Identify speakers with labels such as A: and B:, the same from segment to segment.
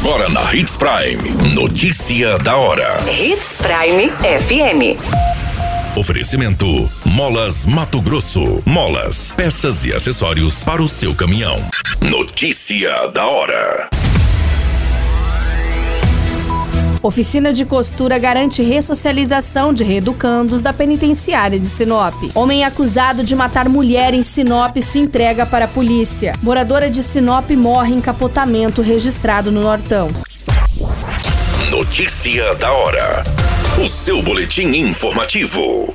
A: Agora na Hits Prime. Notícia da hora.
B: Hits Prime FM.
A: Oferecimento: Molas Mato Grosso. Molas, peças e acessórios para o seu caminhão. Notícia da hora.
C: Oficina de costura garante ressocialização de reeducandos da penitenciária de Sinop. Homem acusado de matar mulher em Sinop se entrega para a polícia. Moradora de Sinop morre em capotamento registrado no Nortão.
A: Notícia da hora. O seu boletim informativo.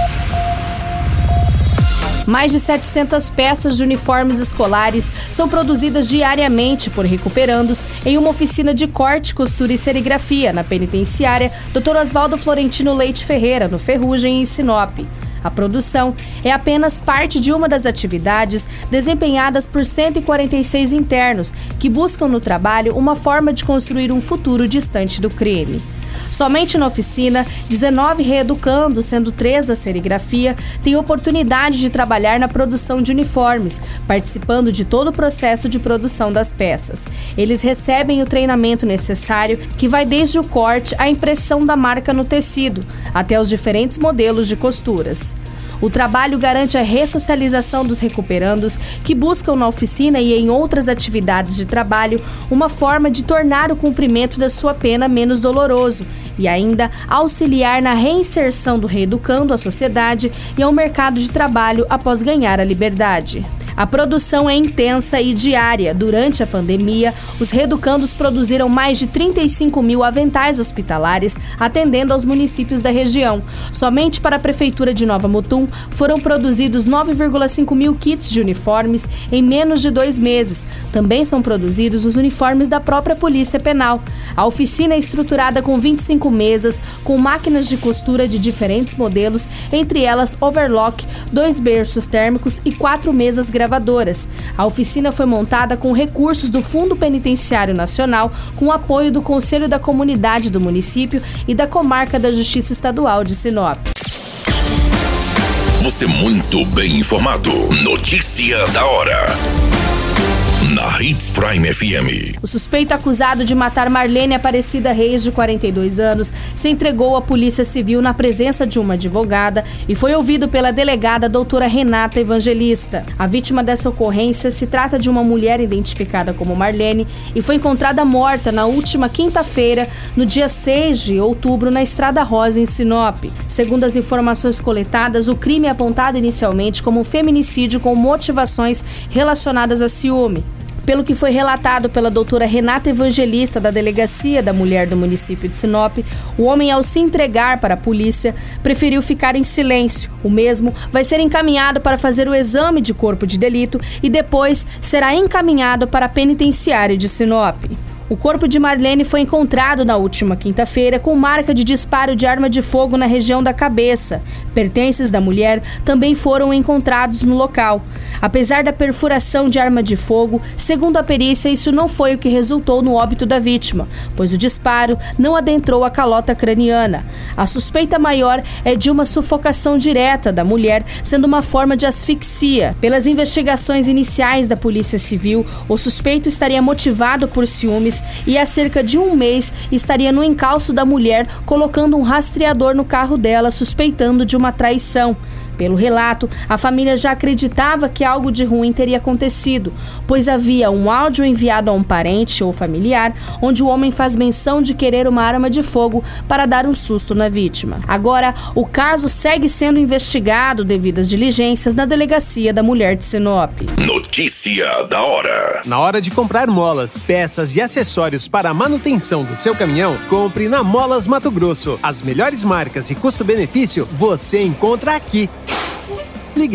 C: Mais de 700 peças de uniformes escolares são produzidas diariamente por recuperandos em uma oficina de corte, costura e serigrafia na penitenciária Dr. Oswaldo Florentino Leite Ferreira, no Ferrugem, em Sinop. A produção é apenas parte de uma das atividades desempenhadas por 146 internos que buscam no trabalho uma forma de construir um futuro distante do crime. Somente na oficina, 19 reeducandos, sendo 3 da serigrafia, têm oportunidade de trabalhar na produção de uniformes, participando de todo o processo de produção das peças. Eles recebem o treinamento necessário, que vai desde o corte à impressão da marca no tecido, até os diferentes modelos de costuras. O trabalho garante a ressocialização dos recuperandos que buscam na oficina e em outras atividades de trabalho uma forma de tornar o cumprimento da sua pena menos doloroso e ainda auxiliar na reinserção do reeducando à sociedade e ao mercado de trabalho após ganhar a liberdade. A produção é intensa e diária. Durante a pandemia, os reeducandos produziram mais de 35 mil aventais hospitalares, atendendo aos municípios da região. Somente para a Prefeitura de Nova Mutum, foram produzidos 9,5 mil kits de uniformes em menos de 2 meses. Também são produzidos os uniformes da própria Polícia Penal. A oficina é estruturada com 25 mesas, com máquinas de costura de diferentes modelos, entre elas overlock, 2 berços térmicos e 4 mesas gravadoras. A oficina foi montada com recursos do Fundo Penitenciário Nacional, com o apoio do Conselho da Comunidade do município e da Comarca da Justiça Estadual de Sinop.
A: Você muito bem informado. Notícia da hora. Na Hits Prime FM.
C: O suspeito acusado de matar Marlene Aparecida Reis, de 42 anos, se entregou à Polícia Civil na presença de uma advogada e foi ouvido pela delegada doutora Renata Evangelista. A vítima dessa ocorrência se trata de uma mulher identificada como Marlene e foi encontrada morta na última quinta-feira, no dia 6 de outubro, na Estrada Rosa, em Sinop. Segundo as informações coletadas, o crime é apontado inicialmente como um feminicídio com motivações relacionadas a ciúme. Pelo que foi relatado pela doutora Renata Evangelista, da Delegacia da Mulher do município de Sinop, o homem, ao se entregar para a polícia, preferiu ficar em silêncio. O mesmo vai ser encaminhado para fazer o exame de corpo de delito e depois será encaminhado para a penitenciária de Sinop. O corpo de Marlene foi encontrado na última quinta-feira com marca de disparo de arma de fogo na região da cabeça. Pertences da mulher também foram encontrados no local. Apesar da perfuração de arma de fogo, segundo a perícia, isso não foi o que resultou no óbito da vítima, pois o disparo não adentrou a calota craniana. A suspeita maior é de uma sufocação direta da mulher, sendo uma forma de asfixia. Pelas investigações iniciais da Polícia Civil, o suspeito estaria motivado por ciúmes e há cerca de 1 mês estaria no encalço da mulher, colocando um rastreador no carro dela, suspeitando de uma traição. Pelo relato, a família já acreditava que algo de ruim teria acontecido, pois havia um áudio enviado a um parente ou familiar, onde o homem faz menção de querer uma arma de fogo para dar um susto na vítima. Agora, o caso segue sendo investigado devido às diligências na Delegacia da Mulher de Sinop.
A: Notícia da hora.
D: Na hora de comprar molas, peças e acessórios para a manutenção do seu caminhão, compre na Molas Mato Grosso. As melhores marcas e custo-benefício você encontra aqui. Ligue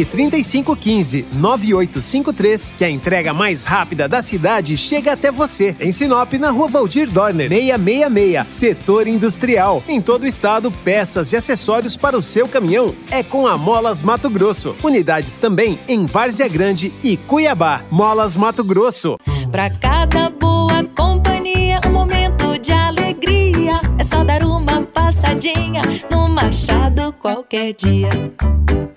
D: 3515-9853, que a entrega mais rápida da cidade chega até você. Em Sinop, na Rua Valdir Dorner, 666, Setor Industrial. Em todo o estado, peças e acessórios para o seu caminhão é com a Molas Mato Grosso. Unidades também em Várzea Grande e Cuiabá. Molas Mato Grosso.
E: Pra cada boa companhia, um momento de alegria. É só dar uma passadinha no Machado qualquer dia.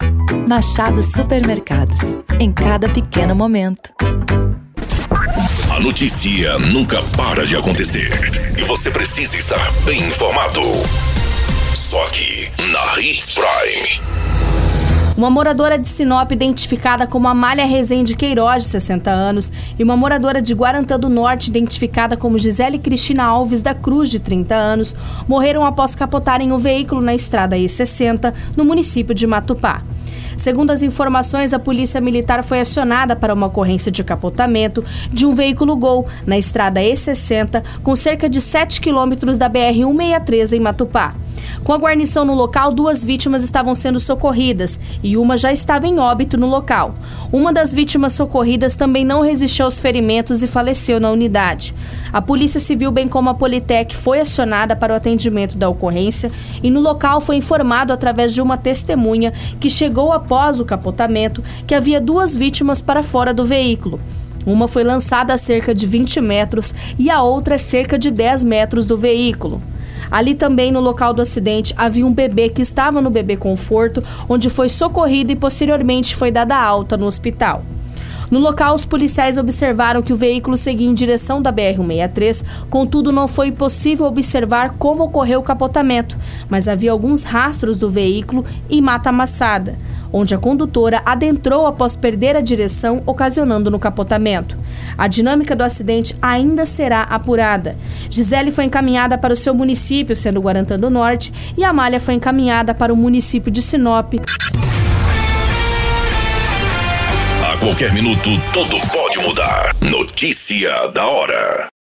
E: Machado Supermercados. Em cada pequeno momento.
A: A notícia nunca para de acontecer e você precisa estar bem informado. Só aqui na Hits Prime.
C: Uma moradora de Sinop, identificada como Amália Rezende Queiroz, de 60 anos, e uma moradora de Guarantã do Norte, identificada como Gisele Cristina Alves da Cruz, de 30 anos, morreram após capotarem o veículo na estrada E60, no município de Matupá. Segundo as informações, a Polícia Militar foi acionada para uma ocorrência de capotamento de um veículo Gol na estrada E60, com cerca de 7 quilômetros da BR-163 em Matupá. Com a guarnição no local, 2 vítimas estavam sendo socorridas e uma já estava em óbito no local. Uma das vítimas socorridas também não resistiu aos ferimentos e faleceu na unidade. A Polícia Civil, bem como a Politec, foi acionada para o atendimento da ocorrência e no local foi informado através de uma testemunha que chegou após o capotamento que havia 2 vítimas para fora do veículo. Uma foi lançada a cerca de 20 metros e a outra a cerca de 10 metros do veículo. Ali também, no local do acidente, havia um bebê que estava no bebê conforto, onde foi socorrido e posteriormente foi dada alta no hospital. No local, os policiais observaram que o veículo seguia em direção da BR-163, contudo não foi possível observar como ocorreu o capotamento, mas havia alguns rastros do veículo em mata amassada, onde a condutora adentrou após perder a direção, ocasionando no capotamento. A dinâmica do acidente ainda será apurada. Gisele foi encaminhada para o seu município, sendo Guarantã do Norte, e Amália foi encaminhada para o município de Sinop.
A: A qualquer minuto, tudo pode mudar. Notícia da hora.